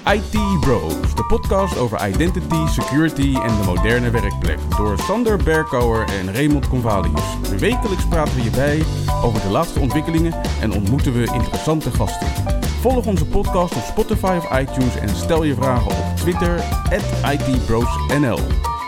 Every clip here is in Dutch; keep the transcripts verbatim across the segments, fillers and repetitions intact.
I T Bros, de podcast over identity, security en de moderne werkplek. Door Sander Berkouwer en Raymond Convalius. Wekelijks praten we je bij over de laatste ontwikkelingen en ontmoeten we interessante gasten. Volg onze podcast op Spotify of iTunes en stel je vragen op Twitter at I T Bros N L.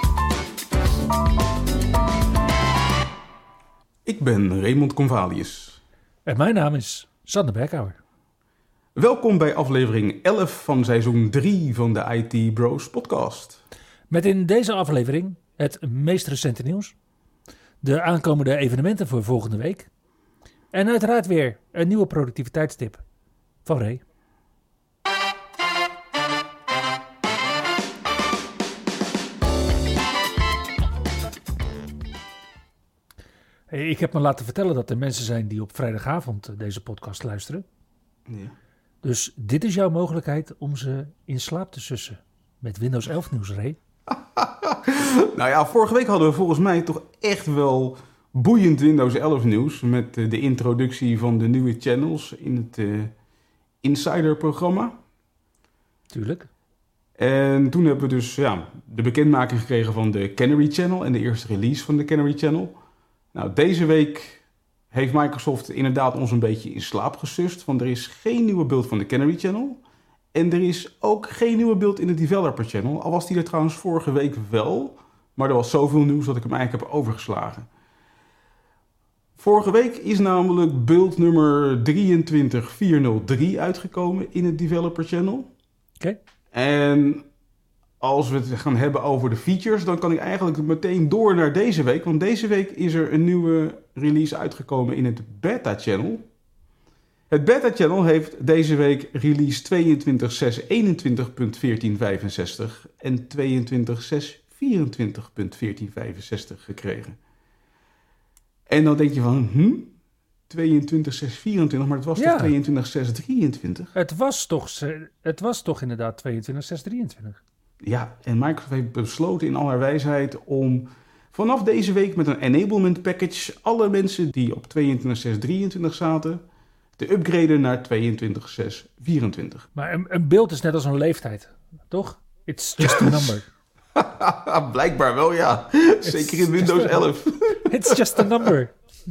Ik ben Raymond Convalius. En mijn naam is Sander Berkouwer. Welkom bij aflevering elf van seizoen drie van de I T Bros podcast. Met in deze aflevering het meest recente nieuws, de aankomende evenementen voor volgende week en uiteraard weer een nieuwe productiviteitstip van Ray. Hey, ik heb me laten vertellen dat er mensen zijn die op vrijdagavond deze podcast luisteren. Ja. Dus dit is jouw mogelijkheid om ze in slaap te sussen met Windows elf nieuws, Ray. Nou ja, vorige week hadden we volgens mij toch echt wel boeiend Windows elf nieuws met de introductie van de nieuwe channels in het uh, Insider-programma. Tuurlijk. En toen hebben we dus ja, de bekendmaking gekregen van de Canary Channel en de eerste release van de Canary Channel. Nou, deze week heeft Microsoft inderdaad ons een beetje in slaap gesust, want er is geen nieuwe build van de Canary Channel. En er is ook geen nieuwe build in de Developer Channel, al was die er trouwens vorige week wel, maar er was zoveel nieuws dat ik hem eigenlijk heb overgeslagen. Vorige week is namelijk build nummer drieëntwintig punt vierhonderddrie uitgekomen in het Developer Channel. Oké. Okay. En als we het gaan hebben over de features, dan kan ik eigenlijk meteen door naar deze week. Want deze week is er een nieuwe release uitgekomen in het Beta Channel. Het Beta Channel heeft deze week release tweeëntwintig punt zes eenentwintig punt veertien vijfenzestig en tweeëntwintig punt zes vierentwintig punt veertien vijfenzestig gekregen. En dan denk je van, hm? tweeëntwintig punt zes vierentwintig, maar het was ja. toch tweeëntwintig punt zes drieëntwintig? Het was toch, het was toch inderdaad tweeëntwintig punt zes drieëntwintig? Ja, en Microsoft heeft besloten in al haar wijsheid om vanaf deze week met een enablement package alle mensen die op tweeëntwintig punt zes drieëntwintig zaten te upgraden naar tweeëntwintig punt zes vierentwintig. Maar een, een beeld is net als een leeftijd, toch? It's just a number. Blijkbaar wel, ja. It's Zeker in Windows elf. It's just a number.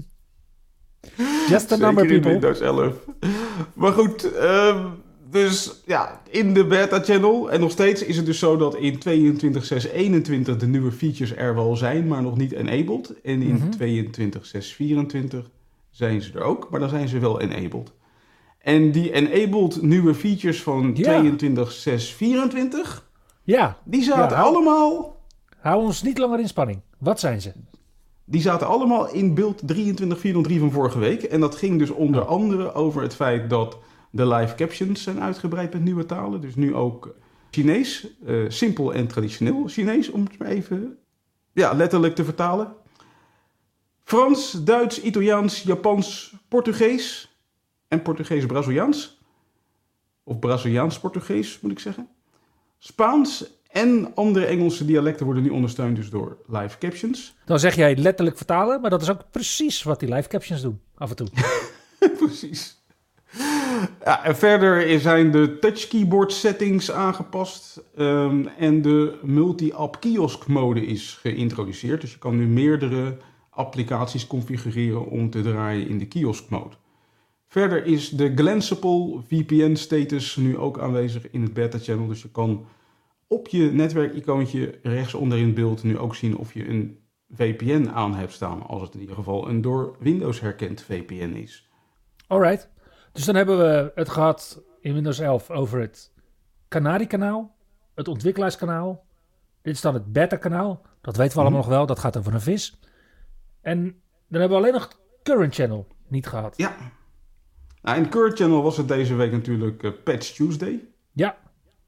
Just a Zeker number, people. in Windows elf. Maar goed, um, dus ja, in de beta channel. En nog steeds is het dus zo dat in tweeëntwintig punt zes eenentwintig de nieuwe features er wel zijn, maar nog niet enabled. En in mm-hmm. tweeëntwintig punt zes vierentwintig zijn ze er ook, maar dan zijn ze wel enabled. En die enabled nieuwe features van ja. tweeëntwintig punt zes vierentwintig, ja. die zaten ja, hou, allemaal... Hou ons niet langer in spanning. Wat zijn ze? Die zaten allemaal in build drieëntwintig punt vierhonderddrie van vorige week. En dat ging dus onder oh. andere over het feit dat de live captions zijn uitgebreid met nieuwe talen. Dus nu ook Chinees, uh, simpel en traditioneel Chinees, om het maar even ja, letterlijk te vertalen. Frans, Duits, Italiaans, Japans, Portugees en Portugees-Braziliaans. Of Braziliaans-Portugees, moet ik zeggen. Spaans en andere Engelse dialecten worden nu ondersteund dus door live captions. Dan zeg jij letterlijk vertalen, maar dat is ook precies wat die live captions doen, af en toe. Precies. Ja, en verder zijn de touch keyboard settings aangepast um, en de multi-app kiosk mode is geïntroduceerd. Dus je kan nu meerdere applicaties configureren om te draaien in de kiosk mode. Verder is de Glanceable V P N status nu ook aanwezig in het beta channel. Dus je kan op je netwerkicoontje rechts onder in het beeld nu ook zien of je een V P N aan hebt staan. Als het in ieder geval een door Windows herkend V P N is. Alright. Dus dan hebben we het gehad in Windows elf over het Canary-kanaal, het ontwikkelaarskanaal. Dit is dan het beta-kanaal. Dat weten we allemaal mm. nog wel. Dat gaat over een vis. En dan hebben we alleen nog het Current Channel niet gehad. Ja. Nou, in het Current Channel was het deze week natuurlijk uh, Patch Tuesday. Ja.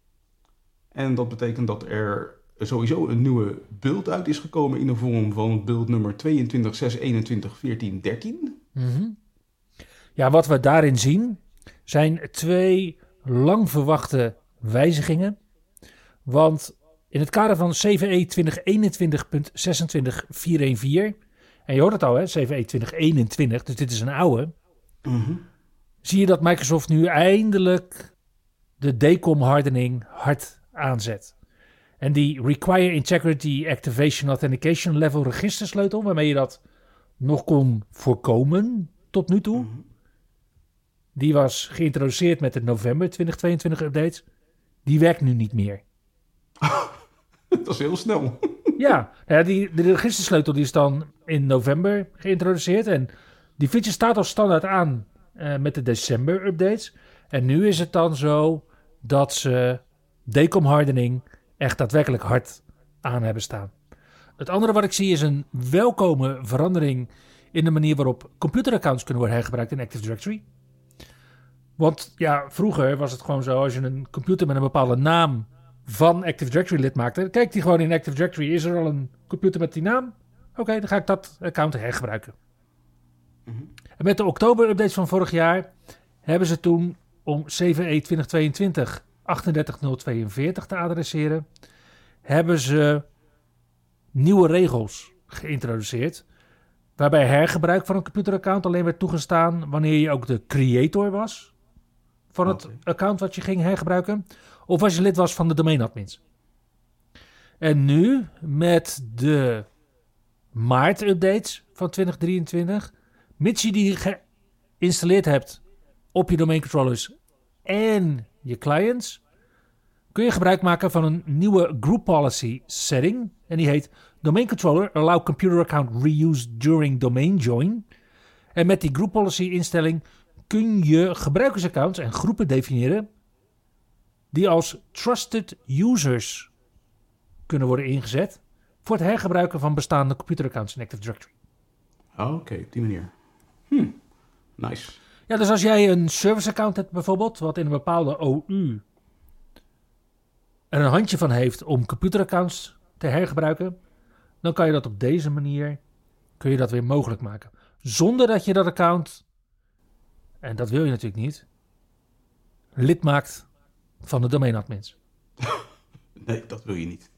En dat betekent dat er sowieso een nieuwe build uit is gekomen in de vorm van build nummer tweeëntwintig punt zes eenentwintig veertien dertien. Mm-hmm. Ja, wat we daarin zien zijn twee lang verwachte wijzigingen. Want in het kader van C V E twintig eenentwintig punt zesentwintig punt vierhonderdveertien, en je hoort het al hè, C V E twintig eenentwintig, dus dit is een oude, mm-hmm. zie je dat Microsoft nu eindelijk de decom hardening hard aanzet. En die Require Integrity Activation Authentication Level registersleutel, waarmee je dat nog kon voorkomen tot nu toe. Mm-hmm. Die was geïntroduceerd met de november twintig tweeëntwintig update. Die werkt nu niet meer. Dat is heel snel. Ja, ja die, de registersleutel die is dan in november geïntroduceerd. En die feature staat al standaard aan uh, met de december updates. En nu is het dan zo dat ze decom hardening echt daadwerkelijk hard aan hebben staan. Het andere wat ik zie is een welkome verandering in de manier waarop computeraccounts kunnen worden hergebruikt in Active Directory. Want ja, vroeger was het gewoon zo, als je een computer met een bepaalde naam van Active Directory lid maakte, dan kijkt hij gewoon in Active Directory, is er al een computer met die naam? Oké, okay, dan ga ik dat account hergebruiken. Mm-hmm. En met de oktober-updates van vorig jaar hebben ze toen om C V E twintig tweeëntwintig achtendertig nul tweeënveertig te adresseren, hebben ze nieuwe regels geïntroduceerd, waarbij hergebruik van een computeraccount alleen werd toegestaan wanneer je ook de creator was van het okay. account wat je ging hergebruiken, of als je lid was van de domeinadmins. En nu, met de maart-updates van twintig drieëntwintig, mits je die geïnstalleerd hebt op je domeincontrollers en je clients, kun je gebruik maken van een nieuwe group policy setting. En die heet Domain Controller Allow Computer Account Reuse During Domain Join. En met die group policy instelling kun je gebruikersaccounts en groepen definiëren die als trusted users kunnen worden ingezet voor het hergebruiken van bestaande computeraccounts in Active Directory. Oh, oké, okay, op die manier. Hm, nice. Ja, dus als jij een service account hebt bijvoorbeeld, wat in een bepaalde O U er een handje van heeft om computeraccounts te hergebruiken, dan kan je dat op deze manier, kun je dat weer mogelijk maken. Zonder dat je dat account, en dat wil je natuurlijk niet, lid maakt van de domeinadmins. Nee, dat wil je niet.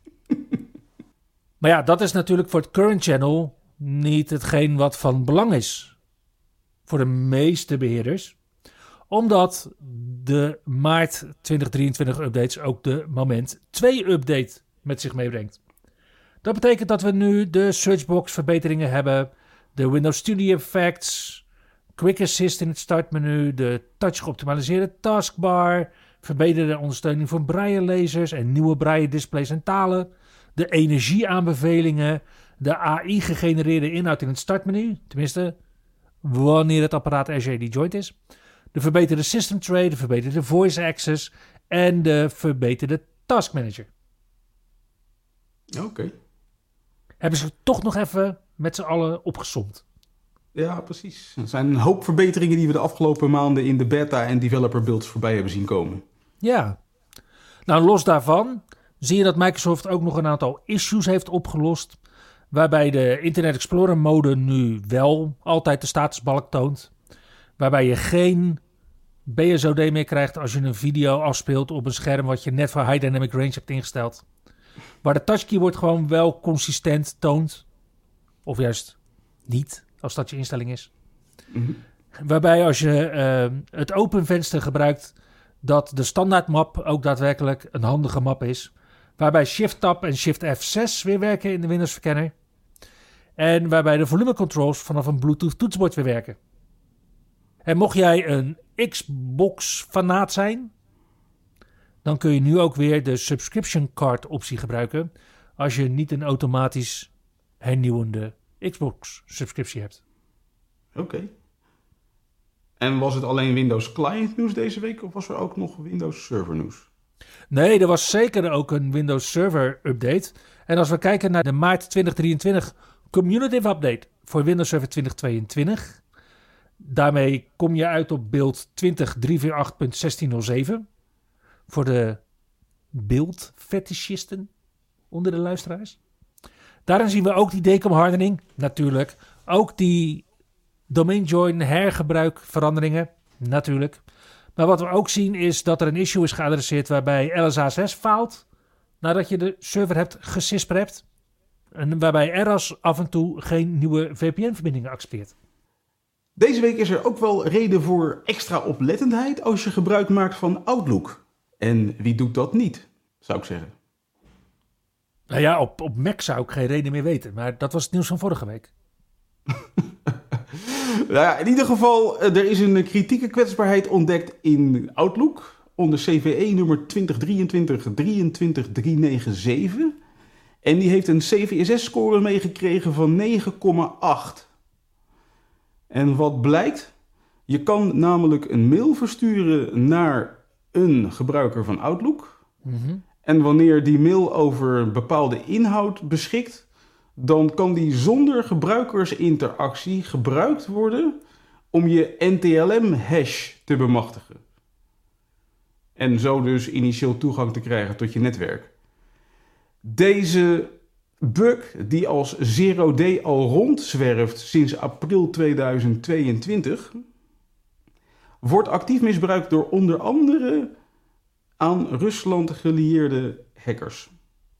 Maar ja, dat is natuurlijk voor het current channel niet hetgeen wat van belang is voor de meeste beheerders, omdat de maart twintig drieëntwintig updates ook de moment twee update met zich meebrengt. Dat betekent dat we nu de searchbox verbeteringen hebben, de Windows Studio Effects, Quick Assist in het startmenu, de touch geoptimaliseerde taskbar, verbeterde ondersteuning voor braille-lezers en nieuwe braille-displays en talen, de energieaanbevelingen, de A I-gegenereerde inhoud in het startmenu, tenminste wanneer het apparaat R J D-joint is, de verbeterde system tray, de verbeterde voice access en de verbeterde task manager. Oké. Okay. Hebben ze toch nog even met z'n allen opgesomd. Ja, precies. Er zijn een hoop verbeteringen die we de afgelopen maanden in de beta en developer builds voorbij hebben zien komen. Ja. Nou, los daarvan zie je dat Microsoft ook nog een aantal issues heeft opgelost, waarbij de Internet Explorer mode nu wel altijd de statusbalk toont, waarbij je geen B S O D meer krijgt als je een video afspeelt op een scherm wat je net voor High Dynamic Range hebt ingesteld. Waar de touchkeyboard gewoon wel consistent toont, of juist niet, als dat je instelling is. Mm-hmm. Waarbij als je uh, het open venster gebruikt, dat de standaard map ook daadwerkelijk een handige map is. Waarbij Shift-Tab en Shift-F zes weer werken in de Windows-verkenner. En waarbij de volume controls vanaf een Bluetooth toetsenbord weer werken. En mocht jij een Xbox-fanaat zijn, dan kun je nu ook weer de subscription card optie gebruiken als je niet een automatisch hernieuwende Xbox subscriptie hebt. Oké. Okay. En was het alleen Windows Client nieuws deze week of was er ook nog Windows Server nieuws? Nee, er was zeker ook een Windows Server update. En als we kijken naar de maart twintig drieëntwintig Community Update voor Windows Server twintig tweeëntwintig, daarmee kom je uit op beeld twintig driehonderdachtenveertig punt zestien nul zeven. Voor de beeldfetischisten onder de luisteraars. Daarin zien we ook die decom hardening, natuurlijk. Ook die domain join hergebruik veranderingen, natuurlijk. Maar wat we ook zien is dat er een issue is geadresseerd waarbij L S A zes faalt nadat je de server hebt gesysprept. En waarbij R A S af en toe geen nieuwe V P N-verbindingen accepteert. Deze week is er ook wel reden voor extra oplettendheid als je gebruik maakt van Outlook. En wie doet dat niet, zou ik zeggen. Nou ja, op, op Mac zou ik geen reden meer weten. Maar dat was het nieuws van vorige week. Nou ja, in ieder geval, er is een kritieke kwetsbaarheid ontdekt in Outlook. Onder C V E nummer twintig drieëntwintig drieëntwintig driehonderdzevenennegentig. En die heeft een C V S S-score meegekregen van negen komma acht. En wat blijkt? Je kan namelijk een mail versturen naar een gebruiker van Outlook. Mm-hmm. En wanneer die mail over bepaalde inhoud beschikt, dan kan die zonder gebruikersinteractie gebruikt worden om je N T L M-hash te bemachtigen. En zo dus initieel toegang te krijgen tot je netwerk. Deze bug, die als zero D al rondzwerft sinds april tweeduizend tweeëntwintig, wordt actief misbruikt door onder andere aan Rusland gelieerde hackers.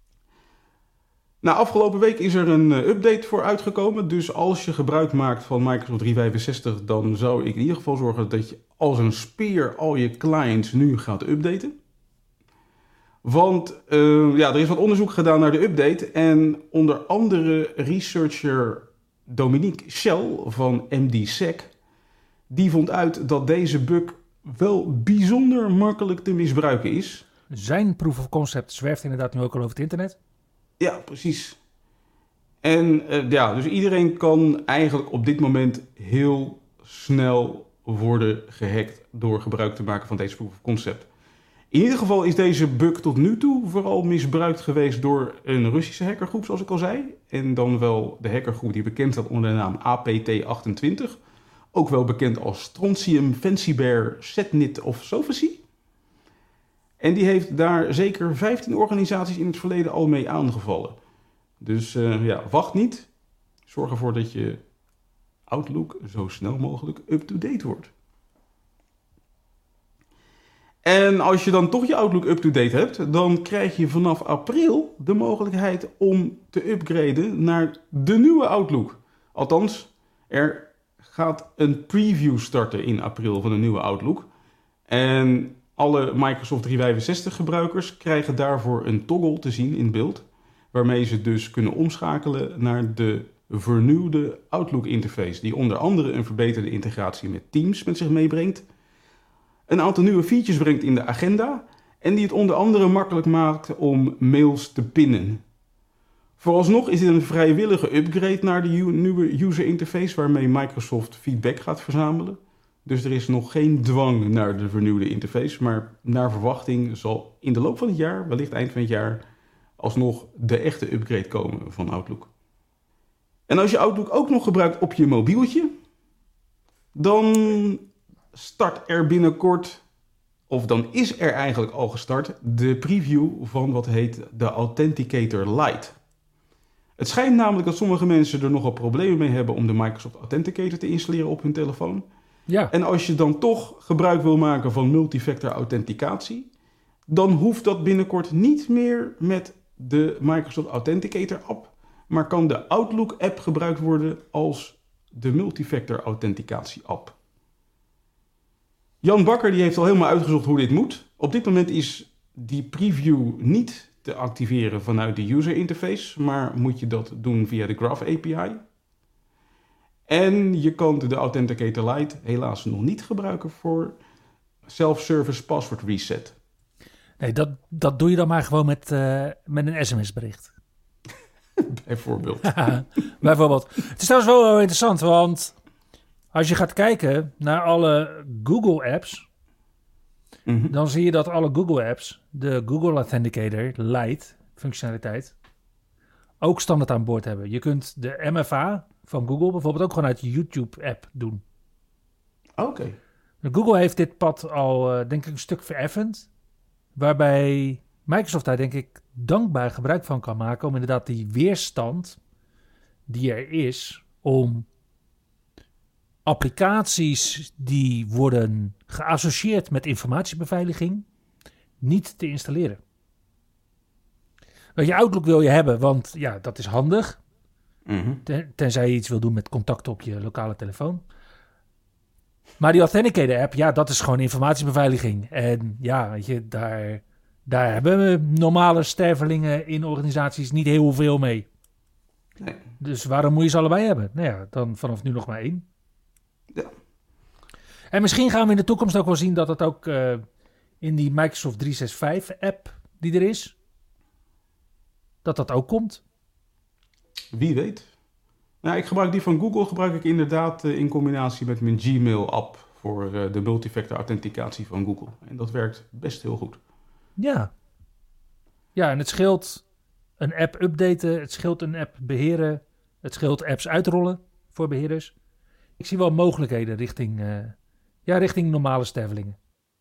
Nou, afgelopen week is er een update voor uitgekomen. Dus als je gebruik maakt van Microsoft driehonderdvijfenzestig, dan zou ik in ieder geval zorgen dat je als een speer al je clients nu gaat updaten. Want uh, ja, er is wat onderzoek gedaan naar de update. En onder andere researcher Dominique Schell van M D Sec, die vond uit dat deze bug wel bijzonder makkelijk te misbruiken is. Zijn proof of concept zwerft inderdaad nu ook al over het internet. Ja, precies. En uh, ja, dus iedereen kan eigenlijk op dit moment heel snel worden gehackt door gebruik te maken van deze proof of concept. In ieder geval is deze bug tot nu toe vooral misbruikt geweest door een Russische hackergroep, zoals ik al zei. En dan wel de hackergroep die bekend staat onder de naam A P T achtentwintig. Ook wel bekend als Strontium, Fancy Bear, Setnit of Sophacy. En die heeft daar zeker vijftien organisaties in het verleden al mee aangevallen. Dus uh, ja, wacht niet. Zorg ervoor dat je Outlook zo snel mogelijk up-to-date wordt. En als je dan toch je Outlook up-to-date hebt, dan krijg je vanaf april de mogelijkheid om te upgraden naar de nieuwe Outlook. Althans, er gaat een preview starten in april van de nieuwe Outlook. En alle Microsoft driehonderdvijfenzestig gebruikers krijgen daarvoor een toggle te zien in beeld, waarmee ze dus kunnen omschakelen naar de vernieuwde Outlook interface, die onder andere een verbeterde integratie met Teams met zich meebrengt, een aantal nieuwe features brengt in de agenda en die het onder andere makkelijk maakt om mails te pinnen. Vooralsnog is dit een vrijwillige upgrade naar de nieuwe user interface waarmee Microsoft feedback gaat verzamelen. Dus er is nog geen dwang naar de vernieuwde interface, maar naar verwachting zal in de loop van het jaar, wellicht eind van het jaar, alsnog de echte upgrade komen van Outlook. En als je Outlook ook nog gebruikt op je mobieltje, dan start er binnenkort, of dan is er eigenlijk al gestart, de preview van wat heet de Authenticator Lite. Het schijnt namelijk dat sommige mensen er nogal problemen mee hebben om de Microsoft Authenticator te installeren op hun telefoon. Ja. En als je dan toch gebruik wil maken van multifactor authenticatie, dan hoeft dat binnenkort niet meer met de Microsoft Authenticator app, maar kan de Outlook app gebruikt worden als de multifactor authenticatie app. Jan Bakker die heeft al helemaal uitgezocht hoe dit moet. Op dit moment is die preview niet te activeren vanuit de user interface, maar moet je dat doen via de Graph A P I. En je kan de Authenticator Lite helaas nog niet gebruiken voor self-service password reset. Nee, dat, dat doe je dan maar gewoon met, uh, met een S M S-bericht. Bijvoorbeeld. Bijvoorbeeld. Het is trouwens wel wel interessant, want als je gaat kijken naar alle Google-apps, mm-hmm. dan zie je dat alle Google-apps de Google Authenticator Lite functionaliteit ook standaard aan boord hebben. Je kunt de M F A van Google bijvoorbeeld ook gewoon uit de YouTube-app doen. Oké. Okay. Google heeft dit pad al, uh, denk ik, een stuk vereffend, waarbij Microsoft daar, denk ik, dankbaar gebruik van kan maken om inderdaad die weerstand die er is om applicaties die worden geassocieerd met informatiebeveiliging niet te installeren. Weet je, Outlook wil je hebben, want ja, dat is handig. Mm-hmm. Ten, tenzij je iets wil doen met contacten op je lokale telefoon. Maar die Authenticator app, ja, dat is gewoon informatiebeveiliging. En ja, weet je, daar, daar hebben we normale stervelingen in organisaties niet heel veel mee. Nee. Dus waarom moet je ze allebei hebben? Nou ja, dan vanaf nu nog maar één. Ja. En misschien gaan we in de toekomst ook wel zien dat het ook uh, in die Microsoft driehonderdzesenzestig app die er is, dat dat ook komt. Wie weet. Nou, ik gebruik die van Google gebruik ik inderdaad uh, in combinatie met mijn Gmail-app voor uh, de multifactor authenticatie van Google. En dat werkt best heel goed. Ja. Ja, en het scheelt een app updaten, het scheelt een app beheren, het scheelt apps uitrollen voor beheerders. Ik zie wel mogelijkheden richting, uh, ja, richting normale stervelingen.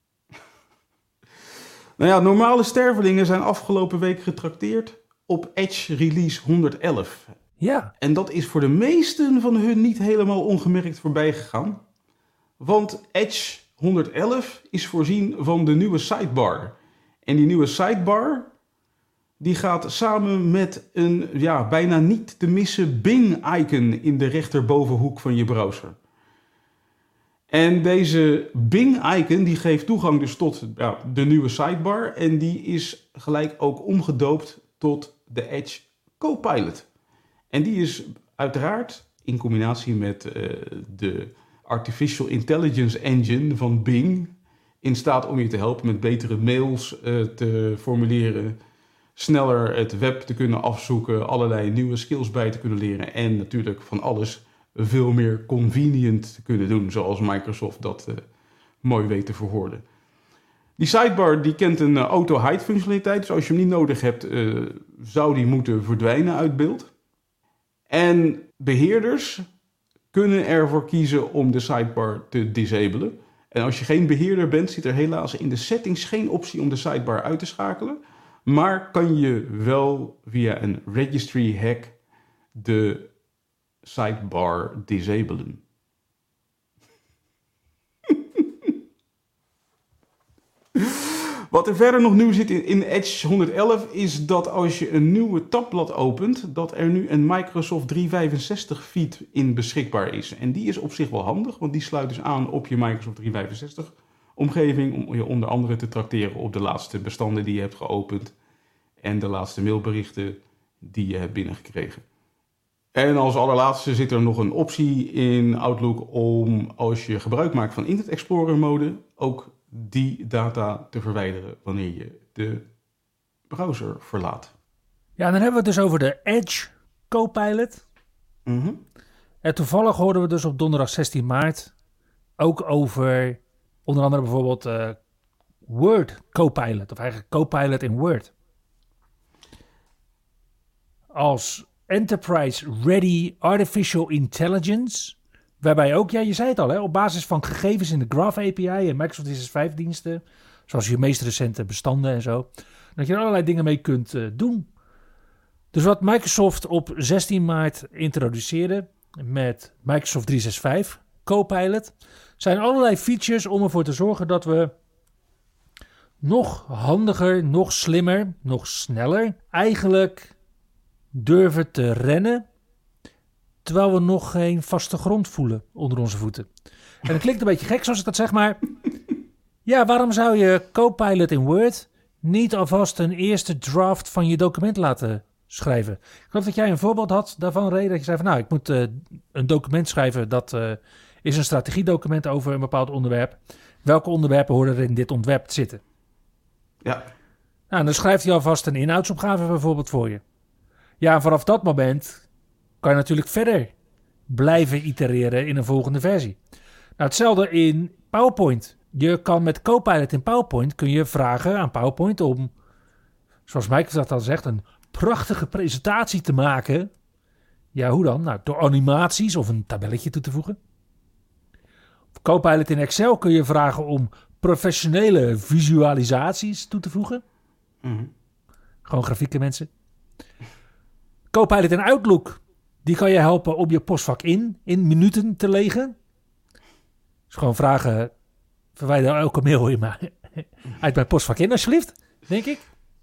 Nou ja, normale stervelingen zijn afgelopen week getrakteerd op Edge Release honderdelf. Ja. En dat is voor de meesten van hun niet helemaal ongemerkt voorbij gegaan. Want Edge honderdelf is voorzien van de nieuwe sidebar. En die nieuwe sidebar die gaat samen met een ja, bijna niet te missen Bing-icon in de rechterbovenhoek van je browser. En deze Bing-icon die geeft toegang dus tot ja, de nieuwe sidebar. En die is gelijk ook omgedoopt tot de Edge Copilot. En die is uiteraard in combinatie met uh, de Artificial Intelligence Engine van Bing in staat om je te helpen met betere mails uh, te formuleren, sneller het web te kunnen afzoeken, allerlei nieuwe skills bij te kunnen leren en natuurlijk van alles veel meer convenient te kunnen doen, zoals Microsoft dat uh, mooi weet te verwoorden. Die sidebar die kent een uh, auto-hide functionaliteit, dus als je hem niet nodig hebt, uh, zou die moeten verdwijnen uit beeld. En beheerders kunnen ervoor kiezen om de sidebar te disabelen. En als je geen beheerder bent, zit er helaas in de settings geen optie om de sidebar uit te schakelen. Maar kan je wel via een registry hack de sidebar disabelen. Wat er verder nog nieuw zit in, in Edge honderdelf is dat als je een nieuwe tabblad opent, dat er nu een Microsoft driehonderdvijfenzestig feed in beschikbaar is. En die is op zich wel handig, want die sluit dus aan op je Microsoft driehonderdvijfenzestig omgeving om je onder andere te trakteren op de laatste bestanden die je hebt geopend en de laatste mailberichten die je hebt binnengekregen. En als allerlaatste zit er nog een optie in Outlook om, als je gebruik maakt van Internet Explorer mode, ook die data te verwijderen wanneer je de browser verlaat. Ja, dan hebben we het dus over de Edge Copilot. Mm-hmm. En toevallig hoorden we dus op donderdag zestien maart ook over onder andere bijvoorbeeld uh, Word Copilot, of eigenlijk Copilot in Word. Als Enterprise Ready Artificial Intelligence, waarbij ook, ja, je zei het al, hè, op basis van gegevens in de Graph A P I en Microsoft driehonderdvijfenzestig diensten, zoals je meest recente bestanden en zo, dat je er allerlei dingen mee kunt uh, doen. Dus wat Microsoft op zestien maart introduceerde met Microsoft driehonderdvijfenzestig Copilot, zijn allerlei features om ervoor te zorgen dat we nog handiger, nog slimmer, nog sneller eigenlijk durven te rennen, terwijl we nog geen vaste grond voelen onder onze voeten. En dat klinkt een beetje gek zoals ik dat zeg, maar ja, waarom zou je Copilot in Word niet alvast een eerste draft van je document laten schrijven? Ik geloof dat jij een voorbeeld had daarvan, Ray, dat je zei van nou, ik moet uh, een document schrijven, dat uh, is een strategiedocument over een bepaald onderwerp. Welke onderwerpen horen er in dit ontwerp zitten? Ja. Nou, dan schrijft hij alvast een inhoudsopgave bijvoorbeeld voor je. Ja, en vanaf dat moment kan je natuurlijk verder blijven itereren in een volgende versie. Nou, hetzelfde in PowerPoint. Je kan met Copilot in PowerPoint kun je vragen aan PowerPoint om, zoals Microsoft al zegt, een prachtige presentatie te maken. Ja, hoe dan? Nou, door animaties of een tabelletje toe te voegen. Op Copilot in Excel kun je vragen om professionele visualisaties toe te voegen. Mm-hmm. Gewoon grafieken, mensen. Copilot in Outlook, die kan je helpen om je postvak in, in minuten te legen. Dus gewoon vragen, verwijder elke mail in mijn, uit mijn postvak in, alsjeblieft, denk ik.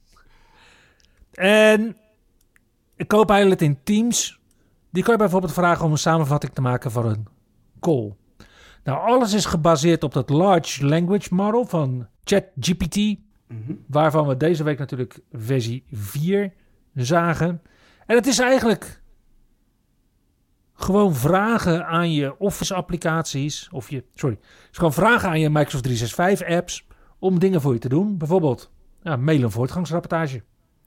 En Copilot in Teams, die kan je bijvoorbeeld vragen om een samenvatting te maken van een call. Nou, alles is gebaseerd op dat Large Language Model van ChatGPT, Mm-hmm. waarvan we deze week natuurlijk versie vier zagen. En het is eigenlijk gewoon vragen aan je Office-applicaties, of je, sorry, het is gewoon vragen aan je Microsoft driehonderdzesenzestig-apps om dingen voor je te doen. Bijvoorbeeld ja, mail een voortgangsrapportage.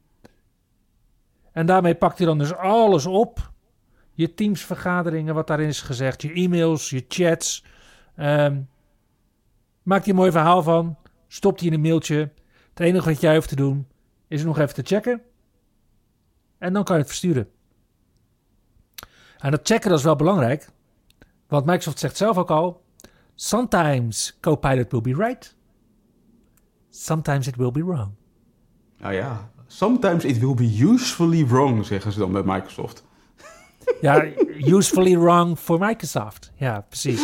En daarmee pakt hij dan dus alles op. Je Teams-vergaderingen, wat daarin is gezegd, je e-mails, je chats. Um, maakt hij een mooi verhaal van, stopt hij in een mailtje. Het enige wat jij hoeft te doen, is nog even te checken. En dan kan je het versturen. En dat checken dat is wel belangrijk. Want Microsoft zegt zelf ook al, sometimes Copilot will be right. Sometimes it will be wrong. Nou ja, sometimes it will be usefully wrong, zeggen ze dan bij Microsoft. Ja, usefully wrong for Microsoft. Ja, precies.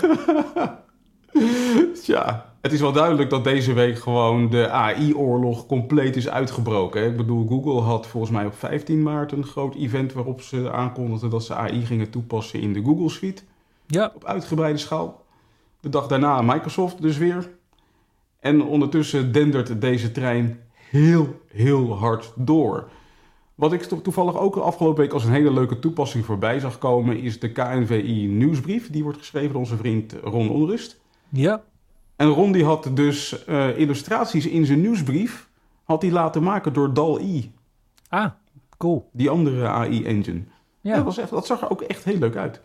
Tja, het is wel duidelijk dat deze week gewoon de A I-oorlog compleet is uitgebroken. Hè? Ik bedoel, Google had volgens mij op vijftien maart een groot event waarop ze aankondigden dat ze A I gingen toepassen in de Google Suite. Ja. Op uitgebreide schaal. De dag daarna Microsoft dus weer. En ondertussen dendert deze trein heel, heel hard door. Wat ik toevallig ook afgelopen week als een hele leuke toepassing voorbij zag komen, is de K N V I nieuwsbrief. Die wordt geschreven door onze vriend Ron Onrust. Ja. En Ron die had dus uh, illustraties in zijn nieuwsbrief had hij laten maken door D A L L-E. Ah, cool. Die andere A I-engine. Ja. Dat, was echt, dat zag er ook echt heel leuk uit.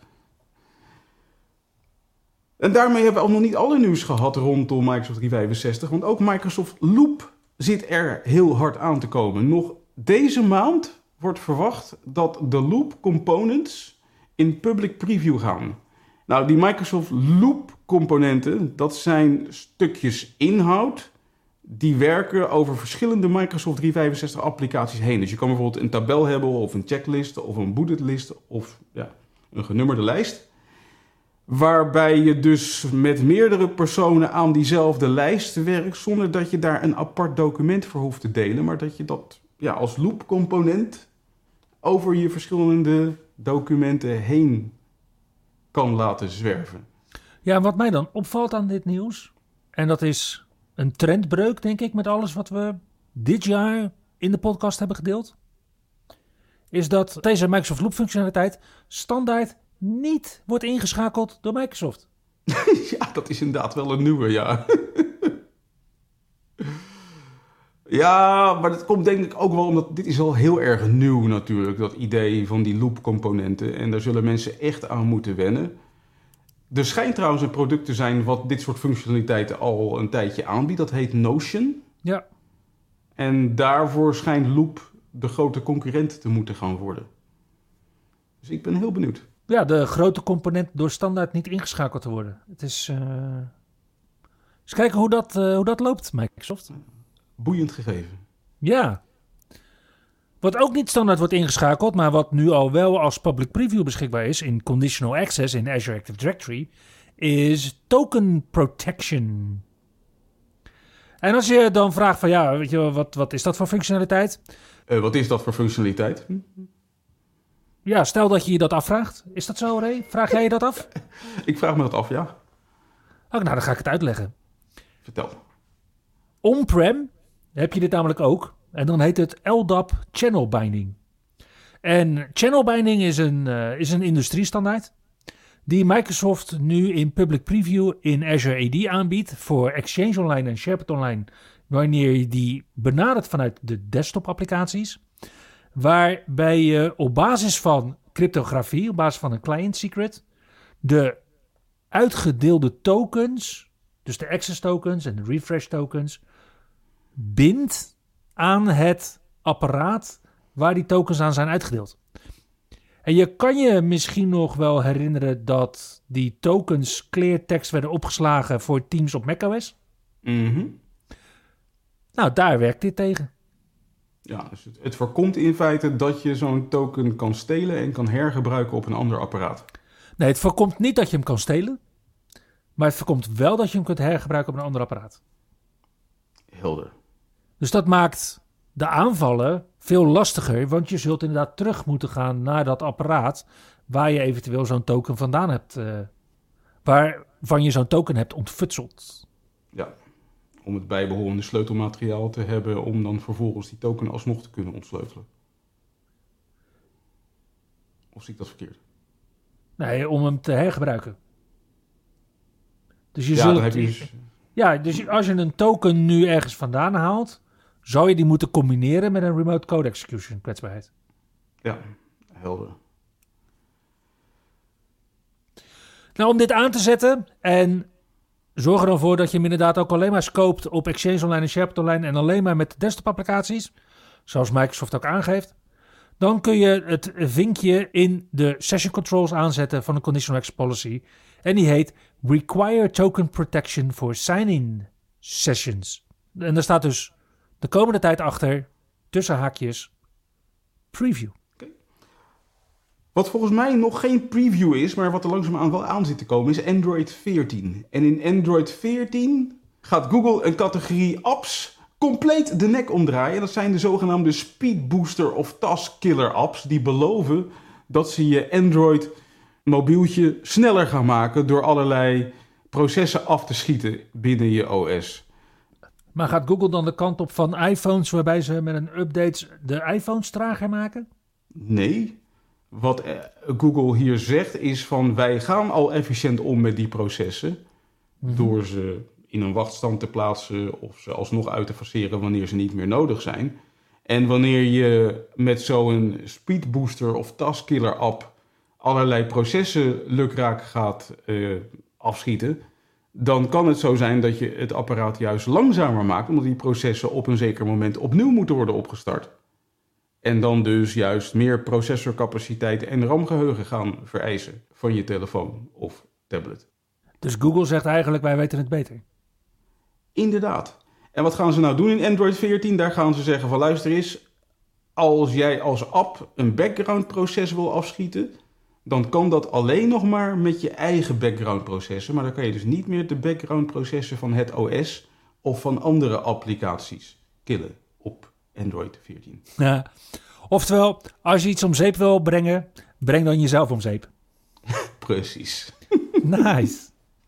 En daarmee hebben we ook nog niet alle nieuws gehad rondom Microsoft driehonderdvijfenzestig. Want ook Microsoft Loop zit er heel hard aan te komen. Nog deze maand wordt verwacht dat de Loop components in public preview gaan. Nou, die Microsoft Loop componenten, dat zijn stukjes inhoud die werken over verschillende Microsoft driehonderdvijfenzestig applicaties heen. Dus je kan bijvoorbeeld een tabel hebben of een checklist of een bullet list of ja, een genummerde lijst. Waarbij je dus met meerdere personen aan diezelfde lijst werkt zonder dat je daar een apart document voor hoeft te delen. Maar dat je dat ja, als loop component over je verschillende documenten heen kan laten zwerven. Ja, wat mij dan opvalt aan dit nieuws, en dat is een trendbreuk, denk ik, met alles wat we dit jaar in de podcast hebben gedeeld, is dat deze Microsoft Loop functionaliteit standaard niet wordt ingeschakeld door Microsoft. Ja, dat is inderdaad wel een nieuwe, ja. Ja, maar dat komt denk ik ook wel omdat dit is al heel erg nieuw natuurlijk, dat idee van die loop-componenten. En daar zullen mensen echt aan moeten wennen. Er schijnt trouwens een product te zijn wat dit soort functionaliteiten al een tijdje aanbiedt. Dat heet Notion. Ja. En daarvoor schijnt Loop de grote concurrent te moeten gaan worden. Dus ik ben heel benieuwd. Ja, de grote component door standaard niet ingeschakeld te worden. Het is... Uh... Eens kijken hoe dat, uh, hoe dat loopt, Microsoft. Boeiend gegeven. Ja. Wat ook niet standaard wordt ingeschakeld, maar wat nu al wel als public preview beschikbaar is in conditional access in Azure Active Directory, is token protection. En als je dan vraagt van ja, weet je, wat, wat is dat voor functionaliteit? Uh, wat is dat voor functionaliteit? Hm? Ja, stel dat je je dat afvraagt. Is dat zo, Ray? Vraag jij je dat af? Ik vraag me dat af, ja. Oh, nou, dan ga ik het uitleggen. Vertel. On-prem heb je dit namelijk ook. En dan heet het L D A P Channel Binding. En Channel Binding is een, uh, is een industriestandaard die Microsoft nu in public preview in Azure A D aanbiedt voor Exchange Online en SharePoint Online, wanneer je die benadert vanuit de desktop applicaties, waarbij je op basis van cryptografie, op basis van een client secret, de uitgedeelde tokens, dus de access tokens en de refresh tokens, bindt aan het apparaat waar die tokens aan zijn uitgedeeld. En je kan je misschien nog wel herinneren dat die tokens clear text werden opgeslagen voor Teams op macOS. Mm-hmm. Nou, daar werkt dit tegen. Ja, dus het, het voorkomt in feite dat je zo'n token kan stelen en kan hergebruiken op een ander apparaat. Nee, het voorkomt niet dat je hem kan stelen, maar het voorkomt wel dat je hem kunt hergebruiken op een ander apparaat. Helder. Dus dat maakt de aanvallen veel lastiger, want je zult inderdaad terug moeten gaan naar dat apparaat waar je eventueel zo'n token vandaan hebt. Uh, waar waarvan je zo'n token hebt ontfutseld. Ja, om het bijbehorende sleutelmateriaal te hebben om dan vervolgens die token alsnog te kunnen ontsleutelen. Of zie ik dat verkeerd? Nee, om hem te hergebruiken. Dus je ja, zult, dan heb je dus... ja, dus als je een token nu ergens vandaan haalt, zou je die moeten combineren met een remote code execution kwetsbaarheid. Ja, helder. Nou, om dit aan te zetten en zorg er dan voor dat je hem inderdaad ook alleen maar scoopt op Exchange Online en SharePoint Online en alleen maar met desktop applicaties, zoals Microsoft ook aangeeft. Dan kun je het vinkje in de session controls aanzetten van de conditional access policy. En die heet Require Token Protection for Sign-in Sessions. En daar staat dus de komende tijd achter, tussen haakjes, preview. Okay. Wat volgens mij nog geen preview is, maar wat er langzaamaan wel aan zit te komen, is Android veertien. En in Android veertien gaat Google een categorie apps compleet de nek omdraaien. Dat zijn de zogenaamde Speed Booster of Task Killer apps die beloven dat ze je Android mobieltje sneller gaan maken door allerlei processen af te schieten binnen je O S. Maar gaat Google dan de kant op van iPhones waarbij ze met een update de iPhones trager maken? Nee. Wat Google hier zegt is van wij gaan al efficiënt om met die processen mm-hmm. door ze in een wachtstand te plaatsen of ze alsnog uit te faceren wanneer ze niet meer nodig zijn. En wanneer je met zo'n Speed Booster of Task Killer app allerlei processen lukraak gaat uh, afschieten, dan kan het zo zijn dat je het apparaat juist langzamer maakt, omdat die processen op een zeker moment opnieuw moeten worden opgestart. En dan dus juist meer processorcapaciteit en RAM-geheugen gaan vereisen van je telefoon of tablet. Dus Google zegt eigenlijk, wij weten het beter. Inderdaad. En wat gaan ze nou doen in Android veertien? Daar gaan ze zeggen van luister eens, als jij als app een background proces wil afschieten, dan kan dat alleen nog maar met je eigen background processen. Maar dan kan je dus niet meer de background processen van het O S of van andere applicaties killen op Android veertien. Ja. Oftewel, als je iets om zeep wil brengen, breng dan jezelf om zeep. Precies. Nice.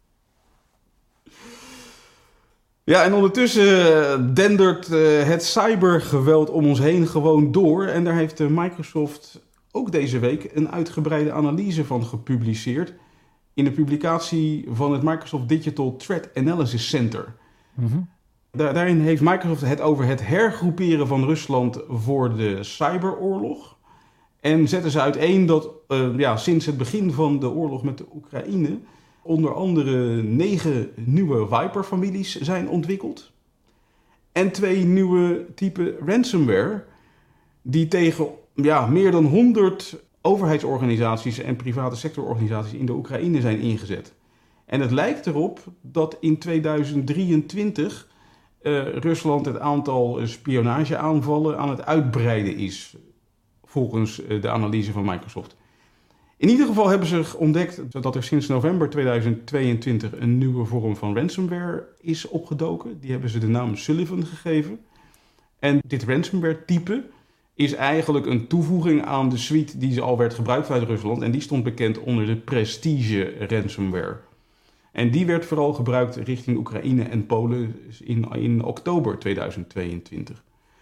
Ja, en ondertussen dendert uh, het cybergeweld om ons heen gewoon door. En daar heeft uh, Microsoft ook deze week een uitgebreide analyse van gepubliceerd in de publicatie van het Microsoft Digital Threat Analysis Center. Mm-hmm. Daar, daarin heeft Microsoft het over het hergroeperen van Rusland voor de cyberoorlog. En zetten ze uiteen dat uh, ja, sinds het begin van de oorlog met de Oekraïne onder andere negen nieuwe Viper-families zijn ontwikkeld. En twee nieuwe typen ransomware die tegen ja, meer dan honderd overheidsorganisaties en private sectororganisaties in de Oekraïne zijn ingezet. En het lijkt erop dat in tweeduizend drieëntwintig uh, Rusland het aantal spionageaanvallen aan het uitbreiden is, volgens uh, de analyse van Microsoft. In ieder geval hebben ze ontdekt dat er sinds november tweeduizend tweeëntwintig een nieuwe vorm van ransomware is opgedoken. Die hebben ze de naam Sullivan gegeven. En dit ransomware type is eigenlijk een toevoeging aan de suite die al werd gebruikt vanuit Rusland. En die stond bekend onder de Prestige ransomware. En die werd vooral gebruikt richting Oekraïne en Polen in, in oktober tweeduizend tweeëntwintig.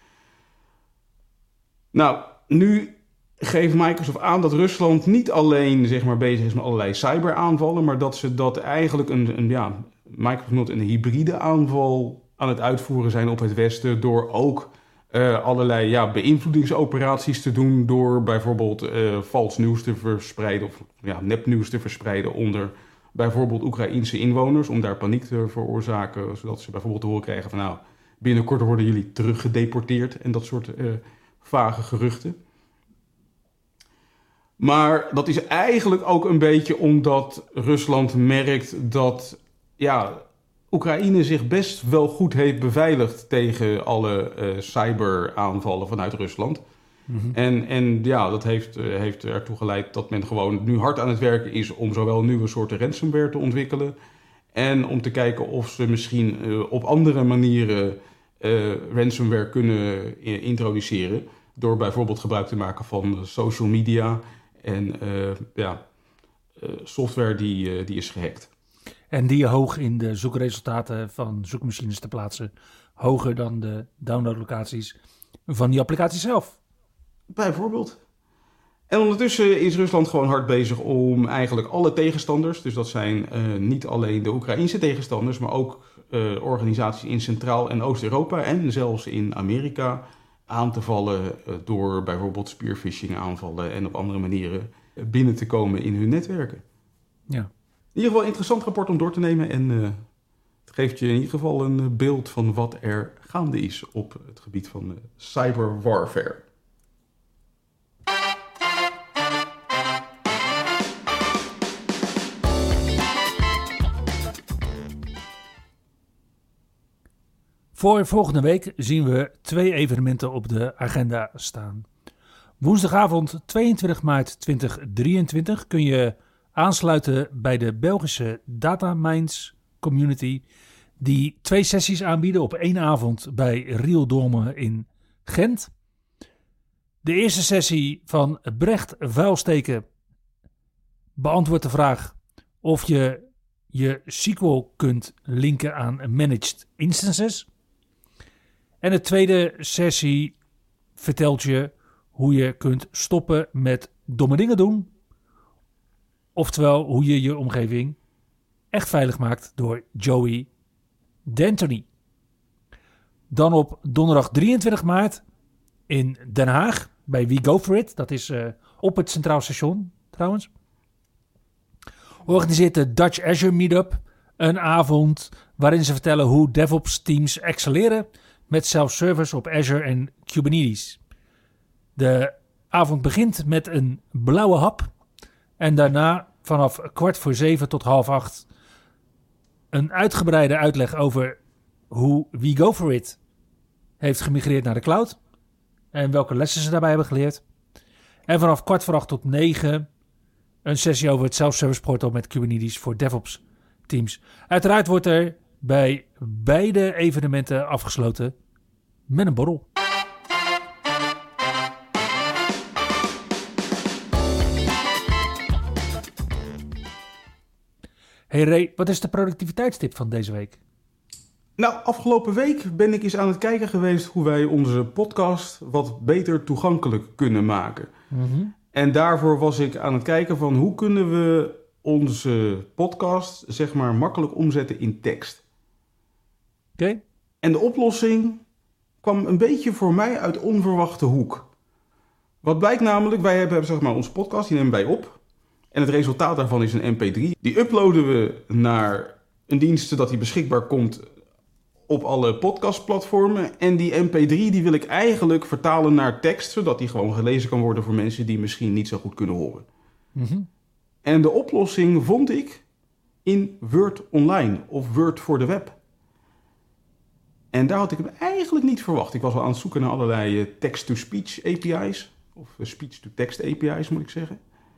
Nou, nu geeft Microsoft aan dat Rusland niet alleen zeg maar, bezig is met allerlei cyberaanvallen, maar dat ze dat eigenlijk een, een, ja, Microsoft noemt een hybride aanval aan het uitvoeren zijn op het Westen, door ook uh, allerlei ja, beïnvloedingsoperaties te doen, door bijvoorbeeld uh, vals nieuws te verspreiden of ja, nepnieuws te verspreiden onder bijvoorbeeld Oekraïense inwoners, om daar paniek te veroorzaken, zodat ze bijvoorbeeld te horen krijgen van nou, binnenkort worden jullie teruggedeporteerd en dat soort uh, vage geruchten. Maar dat is eigenlijk ook een beetje omdat Rusland merkt dat ja, Oekraïne zich best wel goed heeft beveiligd tegen alle uh, cyberaanvallen vanuit Rusland. Mm-hmm. En, en ja, dat heeft, uh, heeft ertoe geleid dat men gewoon nu hard aan het werken is om zowel nieuwe soorten ransomware te ontwikkelen en om te kijken of ze misschien uh, op andere manieren uh, ransomware kunnen uh, introduceren. Door bijvoorbeeld gebruik te maken van social media en uh, ja, uh, software die, uh, die is gehackt. En die hoog in de zoekresultaten van zoekmachines te plaatsen. Hoger dan de downloadlocaties van die applicatie zelf. Bijvoorbeeld. En ondertussen is Rusland gewoon hard bezig om eigenlijk alle tegenstanders, dus dat zijn uh, niet alleen de Oekraïnse tegenstanders, maar ook uh, organisaties in Centraal- en Oost-Europa en zelfs in Amerika aan te vallen uh, door bijvoorbeeld spearfishing aanvallen en op andere manieren binnen te komen in hun netwerken. Ja. In ieder geval een interessant rapport om door te nemen en uh, het geeft je in ieder geval een beeld van wat er gaande is op het gebied van uh, cyberwarfare. Voor volgende week zien we twee evenementen op de agenda staan. Woensdagavond tweeëntwintig maart tweeduizend drieëntwintig kun je aansluiten bij de Belgische Dataminds Community, die twee sessies aanbieden op één avond bij Riel Dorme in Gent. De eerste sessie van Brecht Vuilsteken beantwoordt de vraag of je je S Q L kunt linken aan managed instances. En de tweede sessie vertelt je hoe je kunt stoppen met domme dingen doen. Oftewel hoe je je omgeving echt veilig maakt door Joey D'Antoni. Dan op donderdag drieëntwintig maart in Den Haag bij We Go For It. Dat is uh, op het Centraal Station trouwens. Organiseert de Dutch Azure Meetup een avond waarin ze vertellen hoe DevOps teams excelleren met self-service op Azure en Kubernetes. De avond begint met een blauwe hap en daarna vanaf kwart voor zeven tot half acht een uitgebreide uitleg over hoe We Go For It heeft gemigreerd naar de cloud en welke lessen ze daarbij hebben geleerd. En vanaf kwart voor acht tot negen een sessie over het self-service portal met Kubernetes voor DevOps teams. Uiteraard wordt er bij beide evenementen afgesloten met een borrel. Hey Ray, wat is de productiviteitstip van deze week? Nou, afgelopen week ben ik eens aan het kijken geweest hoe wij onze podcast wat beter toegankelijk kunnen maken. Mm-hmm. En daarvoor was ik aan het kijken van hoe kunnen we onze podcast zeg maar makkelijk omzetten in tekst. Oké. Okay. En de oplossing kwam een beetje voor mij uit onverwachte hoek. Wat blijkt namelijk, wij hebben zeg maar onze podcast, die nemen wij op. En het resultaat daarvan is een M P drie. Die uploaden we naar een dienst zodat die beschikbaar komt op alle podcastplatformen. En die M P drie die wil ik eigenlijk vertalen naar tekst, zodat die gewoon gelezen kan worden voor mensen die misschien niet zo goed kunnen horen. Mm-hmm. En de oplossing vond ik in Word Online of Word voor de web. En daar had ik hem eigenlijk niet verwacht. Ik was al aan het zoeken naar allerlei text-to-speech A P I's. Of speech-to-text A P I's moet ik zeggen.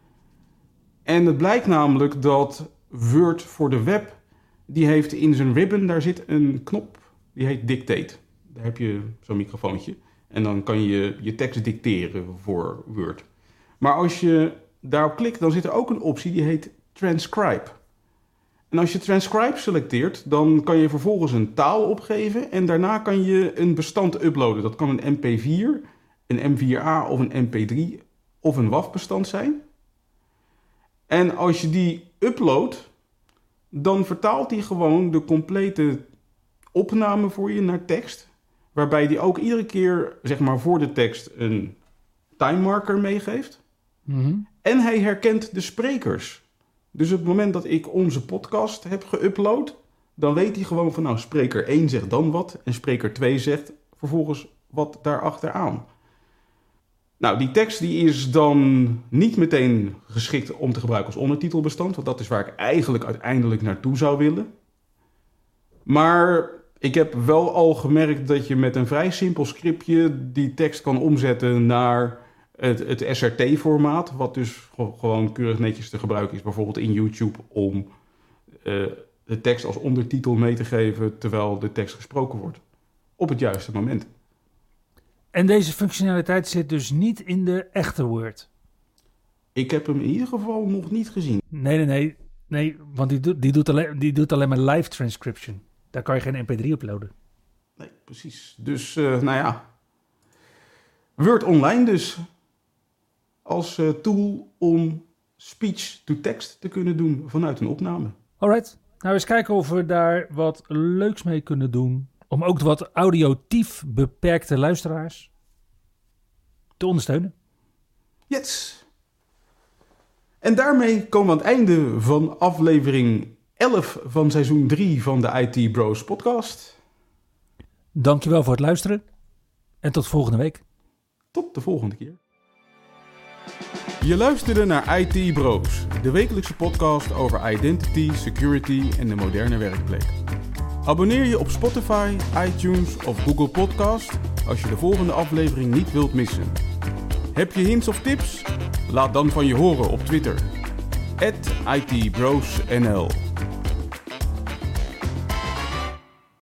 En het blijkt namelijk dat Word voor de web, die heeft in zijn ribbon, daar zit een knop, die heet Dictate. Daar heb je zo'n microfoontje. En dan kan je je tekst dicteren voor Word. Maar als je daarop klikt, dan zit er ook een optie die heet Transcribe. En als je Transcribe selecteert, dan kan je vervolgens een taal opgeven en daarna kan je een bestand uploaden. Dat kan een M P vier, een M vier A of een M P drie of een W A V-bestand zijn. En als je die uploadt, dan vertaalt hij gewoon de complete opname voor je naar tekst. Waarbij die ook iedere keer, zeg maar, voor de tekst een time marker meegeeft. Mm-hmm. En hij herkent de sprekers. Dus op het moment dat ik onze podcast heb geüpload, dan weet hij gewoon van, nou, spreker één zegt dan wat en spreker twee zegt vervolgens wat daarachteraan. Nou, die tekst die is dan niet meteen geschikt om te gebruiken als ondertitelbestand, want dat is waar ik eigenlijk uiteindelijk naartoe zou willen. Maar ik heb wel al gemerkt dat je met een vrij simpel scriptje die tekst kan omzetten naar het, het S R T-formaat, wat dus gewoon keurig netjes te gebruiken is, bijvoorbeeld in YouTube, om uh, de tekst als ondertitel mee te geven terwijl de tekst gesproken wordt. Op het juiste moment. En deze functionaliteit zit dus niet in de echte Word? Ik heb hem in ieder geval nog niet gezien. Nee, nee, nee. Nee, want die, doet, die, doet alleen, die doet alleen maar live transcription. Daar kan je geen M P drie uploaden. Nee, precies. Dus, uh, nou ja. Word Online dus. Als uh, tool om speech-to-text te kunnen doen vanuit een opname. Alright. Nou, eens kijken of we daar wat leuks mee kunnen doen. Om ook wat audiotief beperkte luisteraars te ondersteunen. Yes. En daarmee komen we aan het einde van aflevering elf van seizoen drie van de I T Bros podcast. Dankjewel voor het luisteren. En tot volgende week. Tot de volgende keer. Je luisterde naar I T Bros, de wekelijkse podcast over identity, security en de moderne werkplek. Abonneer je op Spotify, iTunes of Google Podcast als je de volgende aflevering niet wilt missen. Heb je hints of tips? Laat dan van je horen op Twitter. at I T Bros N L